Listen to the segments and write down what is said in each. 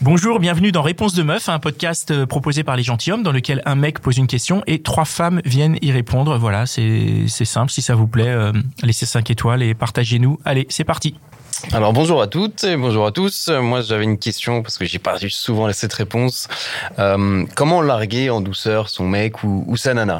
Bonjour, bienvenue dans Réponse de Meuf, un podcast proposé par les gentilshommes dans lequel un mec pose une question et 3 femmes viennent y répondre. Voilà, c'est simple, si ça vous plaît, laissez 5 étoiles et partagez-nous. Allez, c'est parti. Alors bonjour à toutes et bonjour à tous. Moi j'avais une question parce que j'ai pas eu souvent cette réponse. Comment larguer en douceur son mec ou sa nana?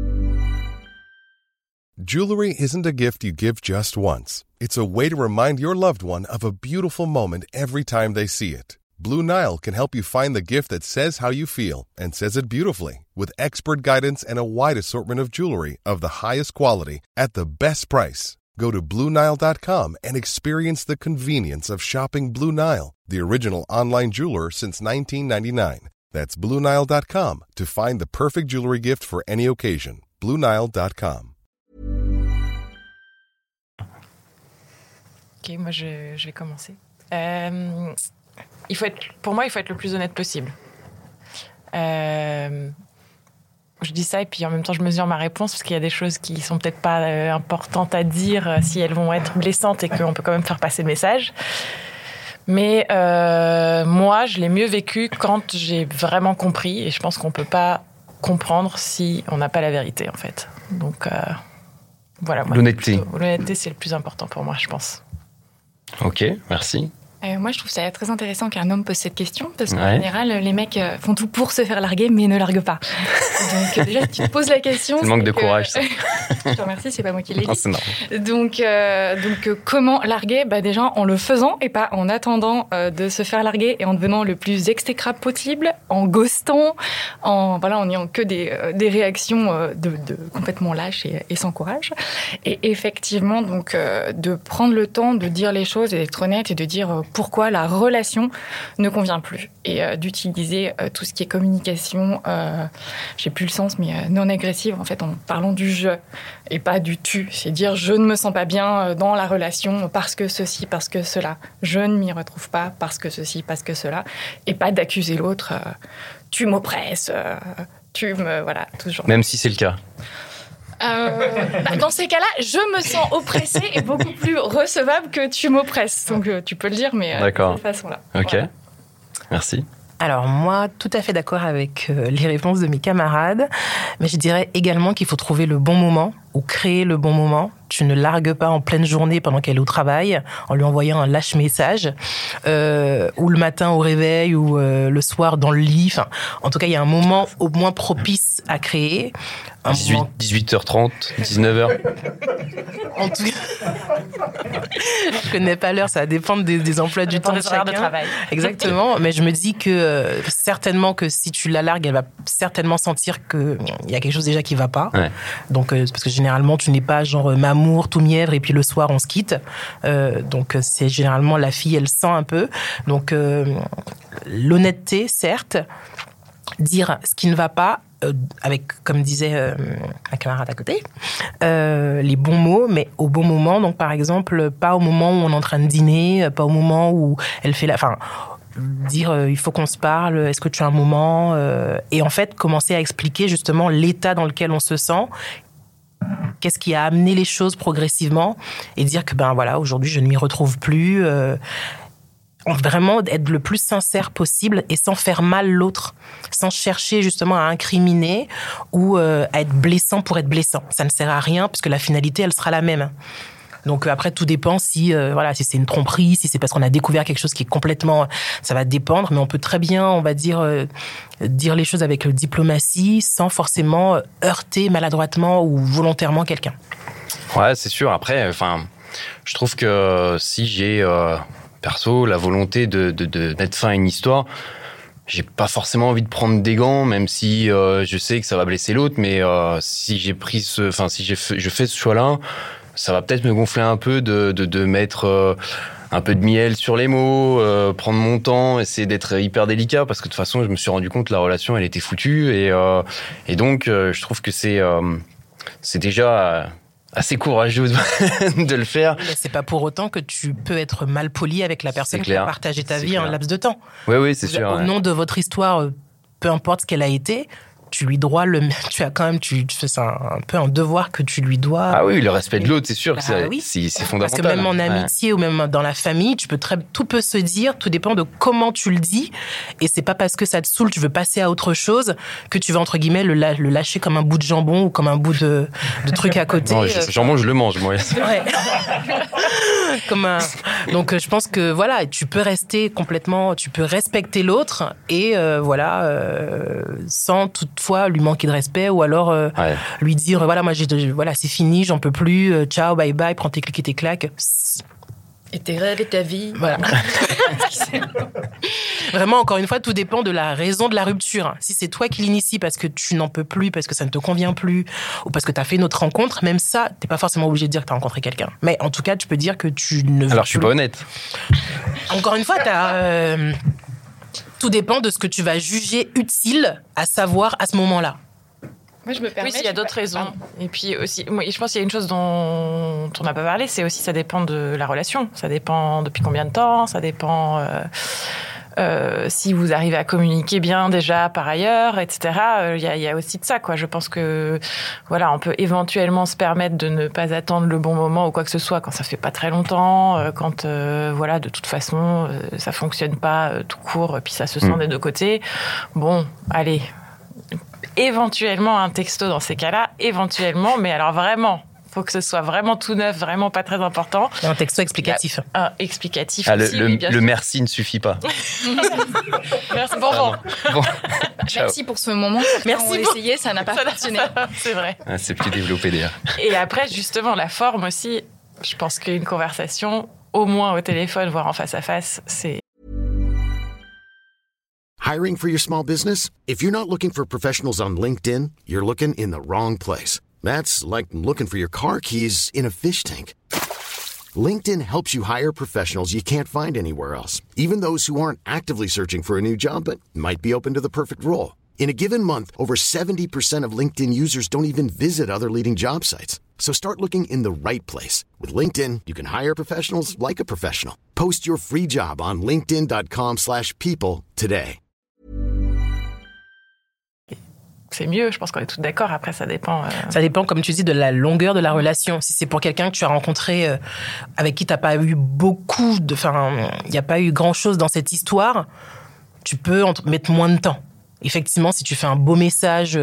Jewelry isn't a gift you give just once. It's a way to remind your loved one of a beautiful moment every time they see it. Blue Nile can help you find the gift that says how you feel and says it beautifully with expert guidance and a wide assortment of jewelry of the highest quality at the best price. Go to BlueNile.com and experience the convenience of shopping Blue Nile, the original online jeweler since 1999. That's BlueNile.com to find the perfect jewelry gift for any occasion. BlueNile.com. Ok, moi je vais commencer. Pour moi, il faut être le plus honnête possible. Je dis ça et puis en même temps je mesure ma réponse parce qu'il y a des choses qui sont peut-être pas importantes à dire si elles vont être blessantes et qu'on peut quand même faire passer le message. Mais moi, je l'ai mieux vécu quand j'ai vraiment compris et je pense qu'on peut pas comprendre si on n'a pas la vérité en fait. Donc voilà. Moi, l'honnêteté. L'honnêteté, c'est le plus important pour moi, je pense. Ok, merci. Moi, je trouve ça très intéressant qu'un homme pose cette question parce qu'en général, les mecs font tout pour se faire larguer, mais ne larguent pas. Donc déjà, tu te poses la question. C'est le manque de courage, ça. Je te remercie, c'est pas moi qui l'ai dit. Non, c'est normal. Donc, comment larguer ? Déjà en le faisant et pas en attendant de se faire larguer et en devenant le plus exécrable possible, en ghostant, en n'ayant que des réactions de complètement lâches et sans courage. Et effectivement, donc, de prendre le temps de dire les choses et d'être honnête et de dire pourquoi la relation ne convient plus et d'utiliser tout ce qui est communication, j'ai plus le sens, mais non agressive en fait en parlant du je et pas du tu. C'est dire je ne me sens pas bien dans la relation parce que ceci, parce que cela. Je ne m'y retrouve pas parce que ceci, parce que cela. Et pas d'accuser l'autre. Tu m'oppresses, tout ce genre. Même si c'est le cas. Dans ces cas-là, je me sens oppressée et beaucoup plus recevable que tu m'oppresses. Donc tu peux le dire, mais de cette façon-là. Ok, voilà. Merci. Alors moi, tout à fait d'accord avec les réponses de mes camarades, mais je dirais également qu'il faut trouver le bon moment ou créer le bon moment. Tu ne largues pas en pleine journée pendant qu'elle est au travail en lui envoyant un lâche message ou le matin au réveil ou le soir dans le lit. Enfin, en tout cas, il y a un moment au moins propice à créer. 18h30, 19h. En tout cas, je connais pas l'heure, ça va dépendre des emplois du temps de chacun. De travail. Exactement, mais je me dis que certainement que si tu la largues, elle va certainement sentir que il y a quelque chose déjà qui va pas. Ouais. Donc parce que généralement tu n'es pas genre m'amour tout mièvre et puis le soir on se quitte. Donc c'est généralement la fille, elle sent un peu. Donc l'honnêteté certes, dire ce qui ne va pas. Avec, comme disait ma camarade à côté, les bons mots, mais au bon moment. Donc, par exemple, pas au moment où on est en train de dîner, pas au moment où elle fait dire il faut qu'on se parle, est-ce que tu as un moment et en fait, commencer à expliquer justement l'état dans lequel on se sent. Qu'est-ce qui a amené les choses progressivement et dire que, aujourd'hui, je ne m'y retrouve plus. Vraiment être le plus sincère possible et sans faire mal l'autre, sans chercher justement à incriminer ou à être blessant pour être blessant. Ça ne sert à rien puisque la finalité, elle sera la même. Donc après, tout dépend si c'est une tromperie, si c'est parce qu'on a découvert quelque chose qui est complètement... Ça va dépendre, mais on peut très bien, on va dire les choses avec diplomatie sans forcément heurter maladroitement ou volontairement quelqu'un. Ouais, c'est sûr. Après, je trouve que si j'ai... perso, la volonté de mettre fin à une histoire, j'ai pas forcément envie de prendre des gants, même si je sais que ça va blesser l'autre, mais si je fais ce choix-là, ça va peut-être me gonfler un peu de mettre un peu de miel sur les mots, prendre mon temps, essayer d'être hyper délicat, parce que de toute façon, je me suis rendu compte que la relation, elle était foutue, et donc je trouve que c'est déjà assez courageux de le faire. Mais c'est pas pour autant que tu peux être mal poli avec la personne qui a partagé ta vie en un laps de temps. Oui, c'est sûr. Au nom de votre histoire, peu importe ce qu'elle a été, tu lui dois tu as quand même, c'est un peu un devoir que tu lui dois. Ah oui, le respect de l'autre, c'est sûr que oui. c'est fondamental. Parce que même en amitié ou même dans la famille, tout peut se dire, tout dépend de comment tu le dis. Et c'est pas parce que ça te saoule, tu veux passer à autre chose, que tu vas, entre guillemets, le lâcher comme un bout de jambon ou comme un bout de truc à côté. Non, jambon, je le mange, moi. Ouais. Donc, je pense que, voilà, tu peux respecter l'autre et, sans toutefois lui manquer de respect ou alors lui dire, voilà, moi, c'est fini, j'en peux plus, ciao, bye bye, prends tes clics et tes claques. Et tes rêves et ta vie. Voilà. Vraiment, encore une fois, tout dépend de la raison de la rupture. Si c'est toi qui l'initie parce que tu n'en peux plus, parce que ça ne te convient plus, ou parce que tu as fait une autre rencontre, même ça, t'es pas forcément obligé de dire que tu as rencontré quelqu'un. Mais en tout cas, tu peux dire que tu ne veux Alors, je suis pas honnête. Encore une fois, tout dépend de ce que tu vas juger utile à savoir à ce moment-là. Moi, je me permets. Oui, s'il y a d'autres raisons. Et puis aussi, je pense qu'il y a une chose dont on n'a pas parlé, c'est aussi ça dépend de la relation. Ça dépend depuis combien de temps, ça dépend si vous arrivez à communiquer bien déjà par ailleurs, etc. Il y a aussi de ça, quoi. Je pense que voilà, on peut éventuellement se permettre de ne pas attendre le bon moment ou quoi que ce soit quand ça fait pas très longtemps, quand voilà, de toute façon ça fonctionne pas tout court, puis ça se sent des deux côtés. Bon, allez. Éventuellement un texto dans ces cas-là, éventuellement, mais alors vraiment, faut que ce soit vraiment tout neuf, vraiment pas très important. Et un texto explicatif. Un explicatif aussi, le merci ne suffit pas. Merci, bon. Merci pour ce moment. Merci. On l'a essayé, ça n'a pas fonctionné. C'est vrai. C'est plus développé d'ailleurs. Et après, justement, la forme aussi, je pense qu'une conversation, au moins au téléphone, voire en face à face, c'est... Hiring for your small business? If you're not looking for professionals on LinkedIn, you're looking in the wrong place. That's like looking for your car keys in a fish tank. LinkedIn helps you hire professionals you can't find anywhere else, even those who aren't actively searching for a new job but might be open to the perfect role. In a given month, over 70% of LinkedIn users don't even visit other leading job sites. So start looking in the right place. With LinkedIn, you can hire professionals like a professional. Post your free job on linkedin.com/people today. C'est mieux, je pense qu'on est tous d'accord. Après, ça dépend. Ça dépend, comme tu dis, de la longueur de la relation. Si c'est pour quelqu'un que tu as rencontré, avec qui tu n'as pas eu il n'y a pas eu grand-chose dans cette histoire, tu peux mettre moins de temps. Effectivement, si tu fais un beau message...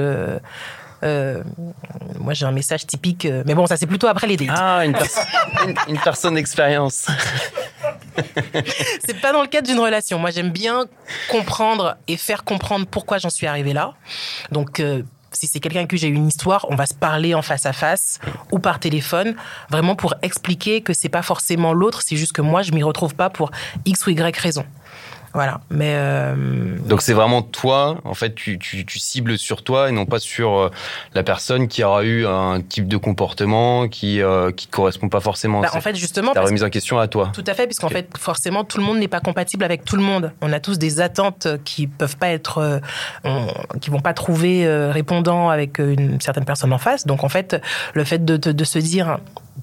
moi, j'ai un message typique... mais bon, ça, c'est plutôt après les dates. Ah, une personne d'expérience. C'est pas dans le cadre d'une relation. Moi, j'aime bien comprendre et faire comprendre pourquoi j'en suis arrivée là. Donc, si c'est quelqu'un avec qui j'ai eu une histoire, on va se parler en face à face ou par téléphone, vraiment pour expliquer que c'est pas forcément l'autre, c'est juste que moi, je m'y retrouve pas pour X ou Y raison. Voilà, mais... Donc c'est vraiment toi, en fait, tu cibles sur toi et non pas sur la personne qui aura eu un type de comportement qui correspond pas forcément. En fait, justement... Ta remise en question à toi. Tout à fait, puisqu'en fait, forcément, tout le monde n'est pas compatible avec tout le monde. On a tous des attentes qui peuvent pas être... qui vont pas trouver répondant avec une certaine personne en face. Donc, en fait, le fait de se dire...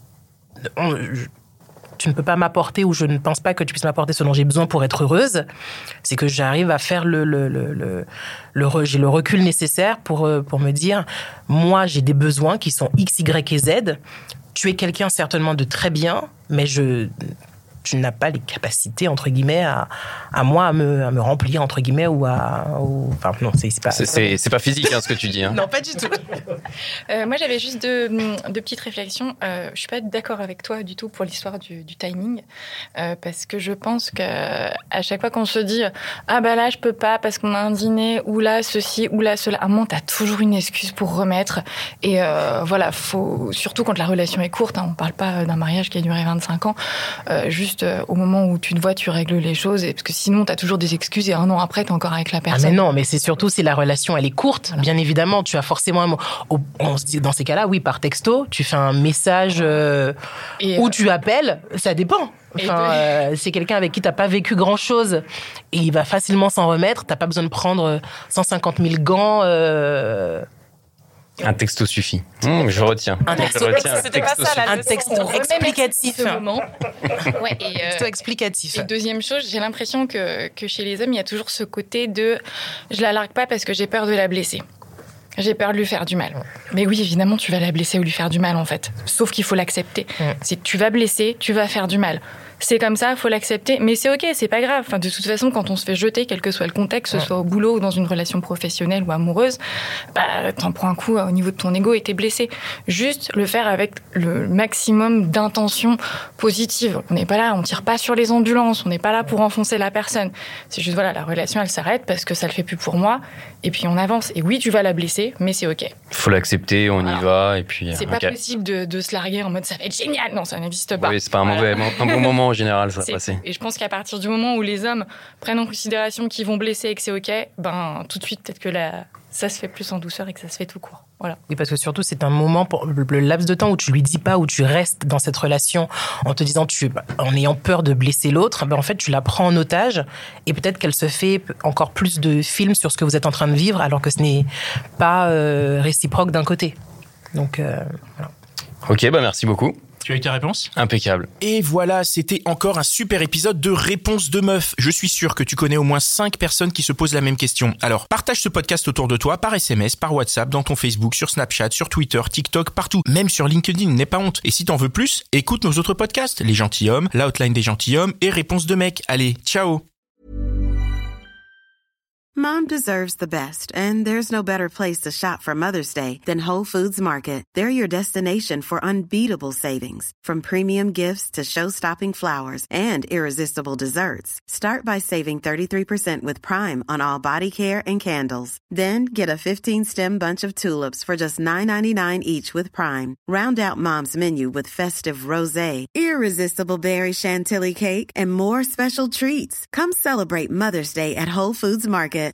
tu ne peux pas m'apporter ou je ne pense pas que tu puisses m'apporter ce dont j'ai besoin pour être heureuse, c'est que j'arrive à faire j'ai le recul nécessaire pour me dire, moi, j'ai des besoins qui sont X, Y et Z. Tu es quelqu'un certainement de très bien, mais tu n'as pas les capacités, entre guillemets, à moi, à me remplir, entre guillemets, enfin, non, c'est pas... C'est pas physique, ce que tu dis. Non, pas du tout. Moi, j'avais juste deux petites réflexions. Je suis pas d'accord avec toi du tout pour l'histoire du timing, parce que je pense qu'à chaque fois qu'on se dit « Ah bah là, je peux pas parce qu'on a un dîner, ou là, ceci, ou là, cela », à un moment, t'as toujours une excuse pour remettre. Et voilà, surtout quand la relation est courte, on parle pas d'un mariage qui a duré 25 ans, juste au moment où tu te vois, tu règles les choses, parce que sinon, tu as toujours des excuses et un an après, tu es encore avec la personne. Ah mais non, mais c'est surtout si la relation, elle est courte. Voilà. Bien évidemment, tu as forcément... On se dit, dans ces cas-là, oui, par texto, tu fais un message ou tu appelles, ça dépend. Enfin, c'est quelqu'un avec qui tu n'as pas vécu grand-chose et il va facilement s'en remettre. Tu n'as pas besoin de prendre 150 000 gants... Un texto suffit. Je retiens. Un texto, c'était pas ça, là, un texto explicatif. Ouais, texto explicatif. Et deuxième chose, j'ai l'impression que chez les hommes, il y a toujours ce côté de « je la largue pas parce que j'ai peur de la blesser ». J'ai peur de lui faire du mal. Mais oui, évidemment, tu vas la blesser ou lui faire du mal, en fait. Sauf qu'il faut l'accepter. Si tu vas blesser, tu vas faire du mal. C'est comme ça, il faut l'accepter. Mais c'est OK, c'est pas grave. Enfin, de toute façon, quand on se fait jeter, quel que soit le contexte, que ce soit au boulot ou dans une relation professionnelle ou amoureuse, t'en prends un coup au niveau de ton ego et t'es blessé. Juste le faire avec le maximum d'intention positive. On n'est pas là, on tire pas sur les ambulances, on n'est pas là pour enfoncer la personne. C'est juste, voilà, la relation, elle s'arrête parce que ça le fait plus pour moi. Et puis on avance. Et oui, tu vas la blesser, mais c'est OK. Faut l'accepter, on y va. Et puis, c'est pas possible de se larguer en mode ça va être génial. Non, ça n'existe pas. Oui, c'est pas un bon moment en général, ça va passer. Et je pense qu'à partir du moment où les hommes prennent en considération qu'ils vont blesser et que c'est OK, tout de suite, peut-être que ça se fait plus en douceur et que ça se fait tout court. Voilà. Oui, parce que surtout, c'est un moment, pour le laps de temps où tu lui dis pas, où tu restes dans cette relation en te disant, en ayant peur de blesser l'autre, en fait, tu la prends en otage et peut-être qu'elle se fait encore plus de films sur ce que vous êtes en train de vivre alors que ce n'est pas réciproque d'un côté. Donc, voilà. Ok, merci beaucoup. Tu as eu ta réponse ? Impeccable. Et voilà, c'était encore un super épisode de Réponse de Meuf. Je suis sûr que tu connais au moins 5 personnes qui se posent la même question. Alors, partage ce podcast autour de toi, par SMS, par WhatsApp, dans ton Facebook, sur Snapchat, sur Twitter, TikTok, partout. Même sur LinkedIn, n'aie pas honte. Et si t'en veux plus, écoute nos autres podcasts. Les Gentilshommes, l'Outline des Gentilshommes et Réponse de Mec. Allez, ciao. Mom deserves the best, and there's no better place to shop for Mother's Day than Whole Foods Market. They're your destination for unbeatable savings, from premium gifts to show-stopping flowers and irresistible desserts. Start by saving 33% with Prime on all body care and candles. Then get a 15-stem bunch of tulips for just $9.99 each with Prime. Round out Mom's menu with festive rosé, irresistible berry chantilly cake, and more special treats. Come celebrate Mother's Day at Whole Foods Market.